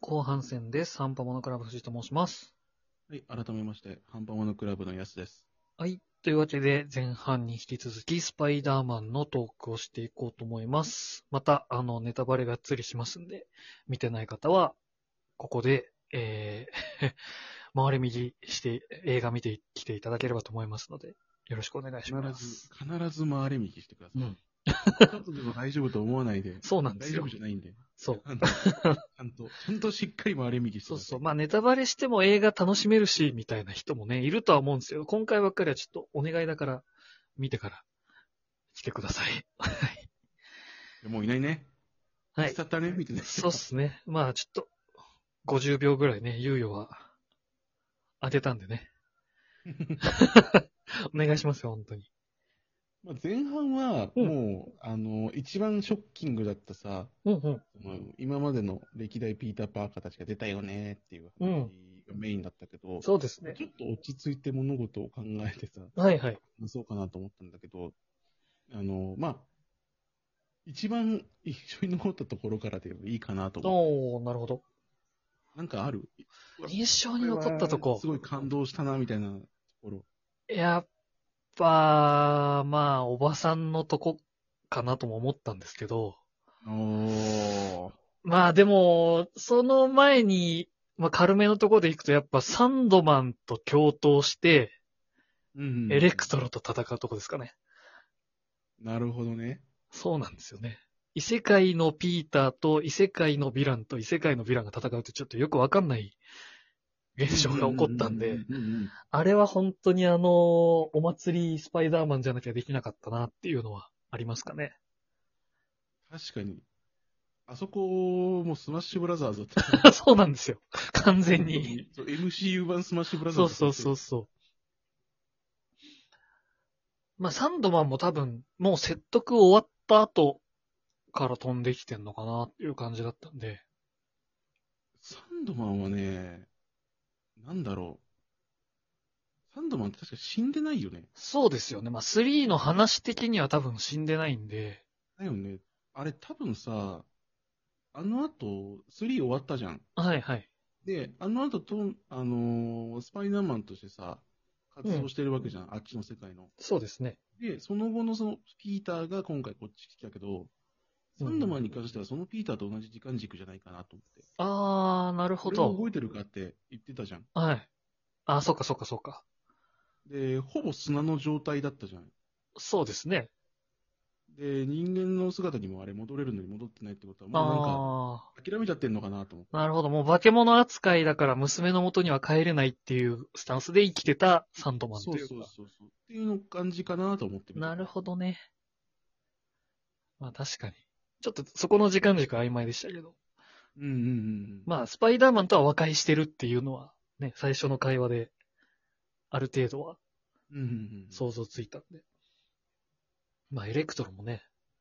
後半戦です。ハンパモノクラブ藤井と申します。 はい、改めまして、ハンパモノクラブのやすです。 はい。というわけで、前半に引き続き、スパイダーマンのトークをしていこうと思います。また、ネタバレがっつりしますんで、見てない方は、ここで、回り右して映画見てきていただければと思いますので、よろしくお願いします。 必ず回り道してください。 うん。 ちょっとでも大丈夫と思わないで。 そうなんですよ。 大丈夫じゃないんで。 そう。 ちゃんとしっかり回り道してください。 そうそう。まあ、ネタバレしても映画楽しめるし、みたいな人もね、いるとは思うんですけど、今回ばっかりはちょっとお願いだから、見てから来てください。はい。 もういないね。 はい。 伝ったね、見てね。 そうっすね。まあ、ちょっと、50秒ぐらいね、猶予は、当てたんでね。お願いしますよ、本当に。 まあ前半は、 うんもう、一番ショッキングだったさ、 うんうん。 今までの歴代ピーター・パーカーたちが出たよねっていう話がメインだったけど、 そうですね。 ちょっと落ち着いて物事を考えてさ、 はいはい。 そうかなと思ったんだけど、まあ、一番印象に残ったところからでいいかなと思って。 おー、なるほど。 なんかある？ 印象にこれ残ったとこ。 はすごい感動したな、みたいなところ。 やっぱ、まあ、おばさんのとこかなとも思ったんですけど、 おー。 まあでも、その前に、まあ軽めのところで行くと、やっぱサンドマンと共闘して、 うん。 エレクトロと戦うとこですかね。 なるほどね。 そうなんですよね。異世界のピーターと異世界のヴィランと異世界のヴィランが戦うってちょっとよくわかんない現象が起こったんで、あれは本当にお祭りスパイダーマンじゃなきゃできなかったなっていうのはありますかね。 確かに。あそこもスマッシュブラザーズだった。 そうなんですよ。完全に。 そう MCU 版スマッシュブラザーズそうそうそうそう。まあ、サンドマンも多分、もう説得終わった後から飛んできてんのかなっていう感じだったんで。 サンドマンはね、なんだろう。サンドマンって確か死んでないよね。 そうですよね。まあ、3の話的には多分死んでないんで。 だよね。あれ多分さ、あの後、3終わったじゃん。 はいはい。 で、あの後と、スパイダーマンとしてさ、 うん。 活動してるわけじゃん、あっちの世界の。 そうですね。 で、その後のそのピーターが今回こっち来たけど、 うん。 サンドマンに関してはそのピーターと同じ時間軸じゃないかなと思って。 あー、なるほ俺はど。 覚えてるかって言ってたじゃん。 はい。あ、そっかそっかそっか。 で、ほぼ砂の状態だったじゃん。 そうですね。 で、人間の姿にもあれ戻れるのに戻ってないってことは、もうなんか、 あ諦めちゃってんのかなと思って。 ー、なるほど。もう化け物扱いだから娘の元には帰れないっていうスタンスで生きてたサンドマンそうそうというか。 そうそう。っていうの感じかなと思って見てなるた。 ほどね。まあ確かに。ちょっとそこの時間軸曖昧でしたけど。 うんうんうん。 まあ、スパイダーマンとは和解してるっていうのは、ね、最初の会話で、ある程度はうんうんうん。 想像ついたんで。まあ、エレクトロもね、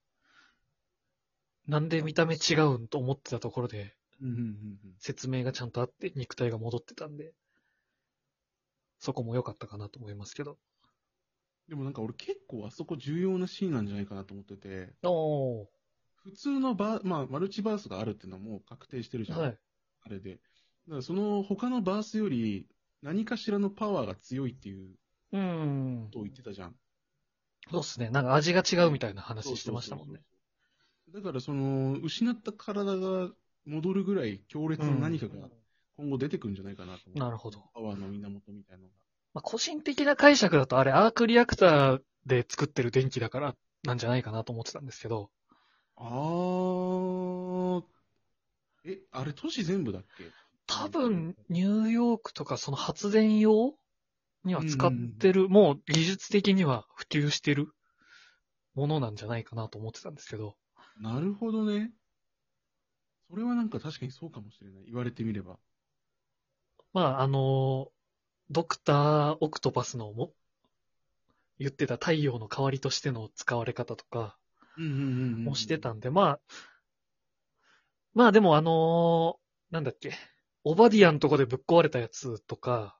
なんで見た目違うんと思ってたところで、 うんうんうんうん。 説明がちゃんとあって肉体が戻ってたんで、そこも良かったかなと思いますけど。 でもなんか俺結構あそこ重要なシーンなんじゃないかなと思ってて、 おー、 普通のまあ、マルチバースがあるっていうのはもう確定してるじゃん。 はい。 あれで。だからその他のバースより何かしらのパワーが強いっていううーん。 ことを言ってたじゃん。 そうっすね。なんか味が違うみたいなそう話してそうそうそう。 ましたもんね。 だからその、失った体が戻るぐらい強烈な何かが今後出てくるんじゃないかなと思って。 なるほど。 パワーの源みたいなのが。 まあ、個人的な解釈だとあれアークリアクターで作ってる電気だからなんじゃないかなと思ってたんですけど、 あー、あれ都市全部だっけ？ 多分、ニューヨークとかその発電用にうんうんうは使ってる、もう技術的には普及してるものなんじゃないかなと思ってたんですけど。 ん。なるほどね。それはなんか確かにそうかもしれない。言われてみれば。 まあ、ドクターオクトパスのも言ってた太陽の代わりとしての使われ方とかうんうんうんうんうん。 もしてたんで、まあでもなんだっけ、オバディアンとこでぶっ壊れたやつとか、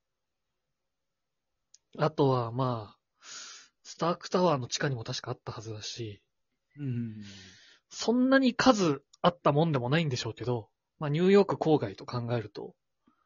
あとはまあ、スタークタワーの地下にも確かあったはずだし、 うんうんうん。 そんなに数あったもんでもないんでしょうけど、 まあニューヨーク郊外と考えると、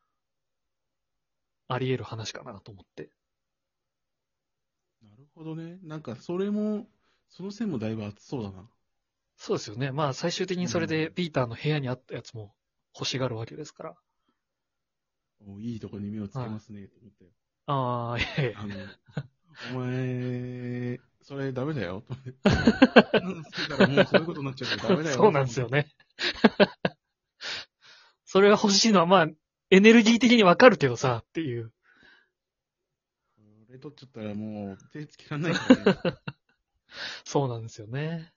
あり得る話かなと思って。 なるほどね。なんか、それも、その線もだいぶ厚そうだな。 そうですよね。まあ最終的にそれでピーターの部屋にあったやつも欲しがるわけですから。 おいいとこに目をつけはい。 ますね、と思ったよ。 ああ、ええ。 お前、それダメだよ、と思って。そんなのつけたらもうそういうことになっちゃうからダメだよ、 そうなんですよと思って。 ね。それが欲しいのはまあ、エネルギー的にわかるけどさ、っていう。 俺取っちゃったらもう手つけらんないからね。 そうなんですよね。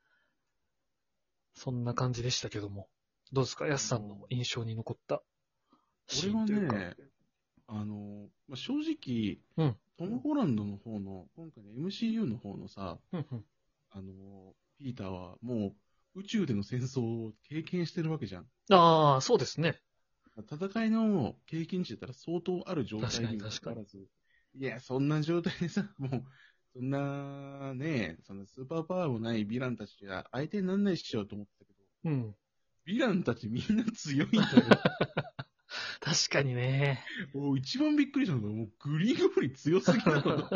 そんな感じでしたけども。どうですか、ヤスさんの印象に残ったシ俺はーンというか。 ね、正直、 うん。 トム・ホランドの方の、今回の MCU の方のさ、 うんうん。 ピーターはもう宇宙での戦争を経験してるわけじゃん。 ああ、そうですね。 戦いの経験値だったら相当ある状確か態にもに確かに。 かかわらず、いや、そんな状態でさ、もう、そんなね、そのスーパーパワーもないヴィランたちが相手にならないっしょと思ってたけど、 うん。 ヴィランたちみんな強いんだよ。 確かにね。 もう一番びっくりしたのが、もうグリーンゴブリン強すぎなの。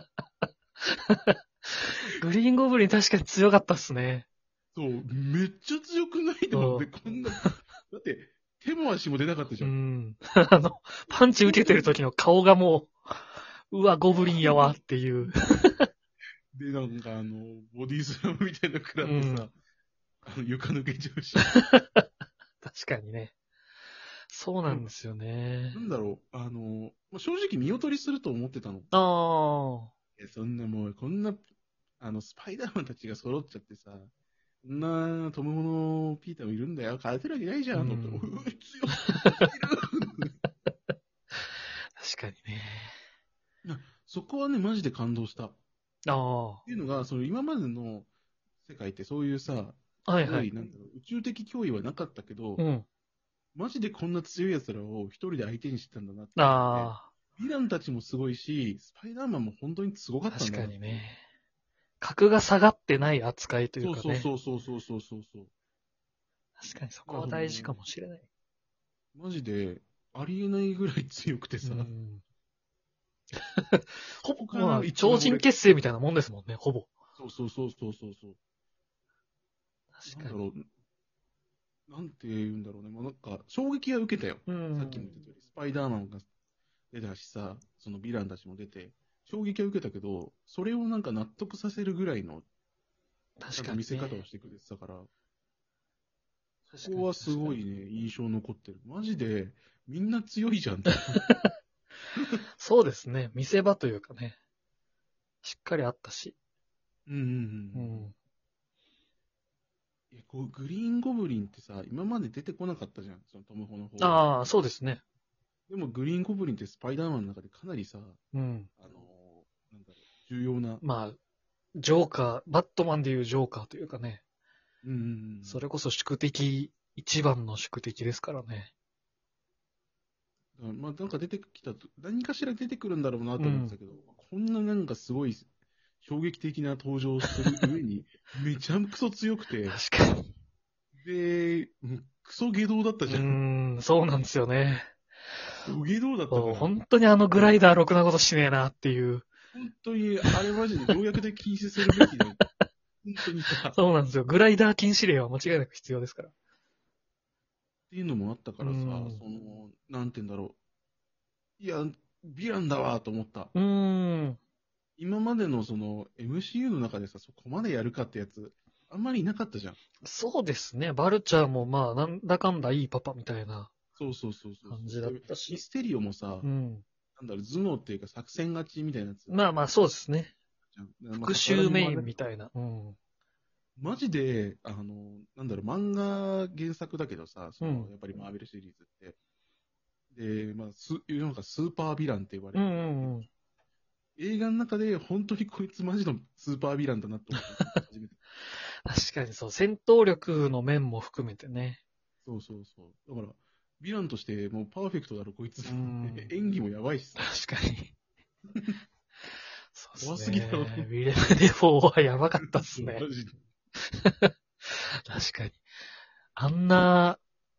グリーンゴブリン確かに強かったっすね。 そう、めっちゃ強くないと思って、こんな、だって、手も足も出なかったじゃん。 うん。パンチ受けてる時の顔がもう、うわ、ゴブリンやわっていう。 で、なんかボディスラムみたいなの食らってさ、床抜けちゃうし。 確かにね。そうなんうんですよね。 なんだろう、正直見劣りすると思ってたの。 ああ。 そんなもう、こんな、スパイダーマンたちが揃っちゃってさ、こんなトム・ホのピーターもいるんだよ。勝てるわけないじゃん、と思って、 うん。 強い。 確かにね。 いやそこはね、マジで感動した。っあていうのが、その今までの世界ってそういうさ、 あ。はいはい。 すごい、なんだろう、宇宙的脅威はなかったけど、 うん。 マジでこんな強い奴らを一人で相手にしてたんだなって思って、 あヴィランたちもすごいし、スパイダーマンも本当にすごかあ。確ったんだなっていう。 かにね。格が下がってない扱いというそうそうかね。 そうそうそうそうそう。 確かにそだからもう、 こは大事かもしれない。 マジで、ありえないぐらい強くてうさ、 ん。ほぼ、 ここからなまあ、 んか超人結成みたいなもんですもんね、ほぼ。 そうそうそうそうそうそう。な確かに。 んだろう、なんて言うんだろうね。まあ、なんか、衝撃は受けたよ。 うさっきもん。 言った通り、スパイダーマンが出たしさ、そのヴィランたちも出て、衝撃は受けたけど、それをなんか納得させるぐらいの、ちゃんと見せ確かにね。 方をしてくれてたから、 確かにここはす確かに。 ごいね、印象残ってる。マジで、みんな強いじゃん。 そうですね。見せ場というかね。しっかりあったし。 うんうんうん。 うん。 こうグリーンゴブリンってさ、今まで出てこなかったじゃん、そのトム・ホの方で。 ああ、そうですね。 でもグリーンゴブリンってスパイダーマンの中でかなりさ、 うん。 なんだろう、重要な。 まあ、ジョーカー、バットマンでいうジョーカーというかね。 うんうんうん。 それこそ宿敵、一番の宿敵ですからね。 だからまあなんか出てきたと、何かしら出てくるんだろうなうん。 と思ってたけど、こんななんかすごい衝撃的な登場する上に、めちゃくそ強くて、 確かに。 で、クソ下道だったじゃん。 そうなんですよね。 ド下道だったかそうら、 本当にあのグライダーろくなことしねえなっていう。 本当に、あれマジで条約で禁止するべきだよ。本当にさ、っそうなんですよ。グライダー禁止令は間違いなく必要ですから。 ていうのもあったからさ、なんて言うんだろう。いや、ヴィランだわと思った。 うーん。 今までのその MCU の中でさ、そこまでやるかってやつ、あんまりいなかったじゃん。 そうですね。バルチャーもまあ、なんだかんだいいパパみたいなそうそうそうそう。 感じだったミし。 ステリオもさ、 うん。 なんだろう、頭脳っていうか作戦勝ちみたいなやつまあまあ、そうですね。 じゃん。まあ復讐メインみたいな。うん。 マジで、なんだろう、漫画原作だけどさ、やっぱりマーベルシリーズって。で、まあ、世の中スーパーヴィランって言われうんうるんだけど、 んうん。 映画の中で本当にこいつマジのスーパーヴィランだなと思った初めて。 確かにそう。戦闘力の面も含めてね。 そうそうそう。だから、ヴィランとしてもうパーフェクトだろ、こいつ。 うん演技もやばいしさ。 確かに。そうですね。 怖すぎだろウィレム・デフォーはやばかったっすね。 マジで。 確かに。あんな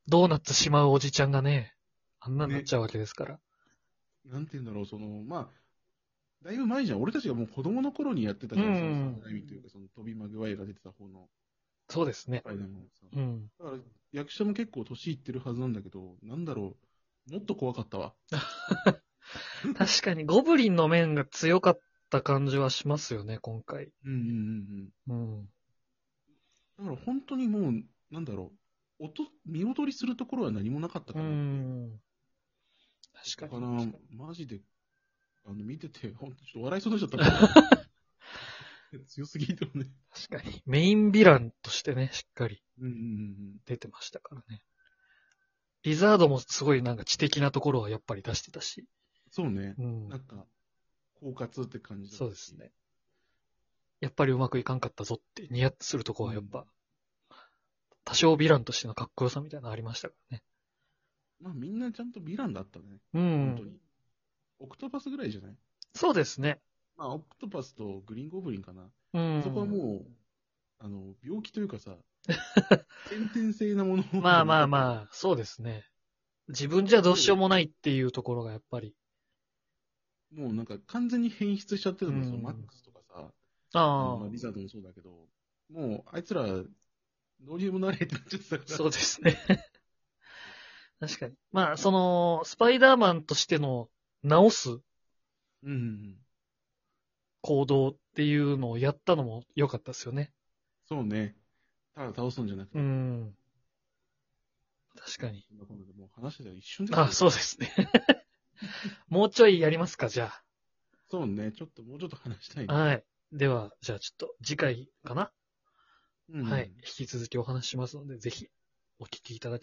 ドーナツしまうおじちゃんがね、あんなになっちゃうわけですから。 なんて言うんだろう、まあ、だいぶ前じゃん。俺たちがもう子供の頃にやってたじゃん。そのサムライミというか、そのトビー・マグワイアが出てた方のそうですね。 スパイダーマンさ。 うん。 だから役者も結構年いってるはずなんだけど、なんだろう、もっと怖かったわ。 確かにゴブリンの面が強かった感じはしますよね、今回。 うんうんうんうん。 うん。 だから本当にもう、なんだろう、見劣りするところは何もなかったうかなっていう。 ん。確かに。 だから、マジで、見てて、本当ちょっと笑いそうになっちゃったもん。強すぎるよね。 確かに。メインヴィランとしてね、しっかりうんうんうん出てましたからね。リザードもすごいなんか知的なところはやっぱり出してたし。 そうね。 うんなん。か、狡猾って感じだったし。 そうですね。やっぱりうまくいかんかったぞってニヤッとするところはやっぱ、多少ヴィランとしてのかっこよさみたいなのありましたからね。 まあみんなちゃんとヴィランだったね。 うん本当。に。オクトパスぐらいじゃない？ そうですね。 まあオクトパスとグリーンゴブリンかな。 うあそこはん。 もう、病気というかさ、先天性なものまあまああ。 まあ、そうですね。自分じゃどうしようもないっていうところがやっぱり。 もうなんか完全に変質しちゃってるの、 うんそのマックスとかさ、まあ、 ああ、 リザードもそうだけど、もうあいつら、どうにもなれってなっちゃってたから。 そうですね。確かに。まあ、スパイダーマンとしての直すうんうん。 行動っていうのをやったのも良かったですよね。 そうね。ただ倒すんじゃなくて。 うん。確かに。 そんなことでもう話してたら一瞬ですよ。 あ、そうですね。もうちょいやりますか、じゃそうね。もうちょっと話したいあ。 ね。 はい。では、じゃあちょっと次回かな、 うんうん。 はい。引き続きお話ししますので、ぜひお聞きいただ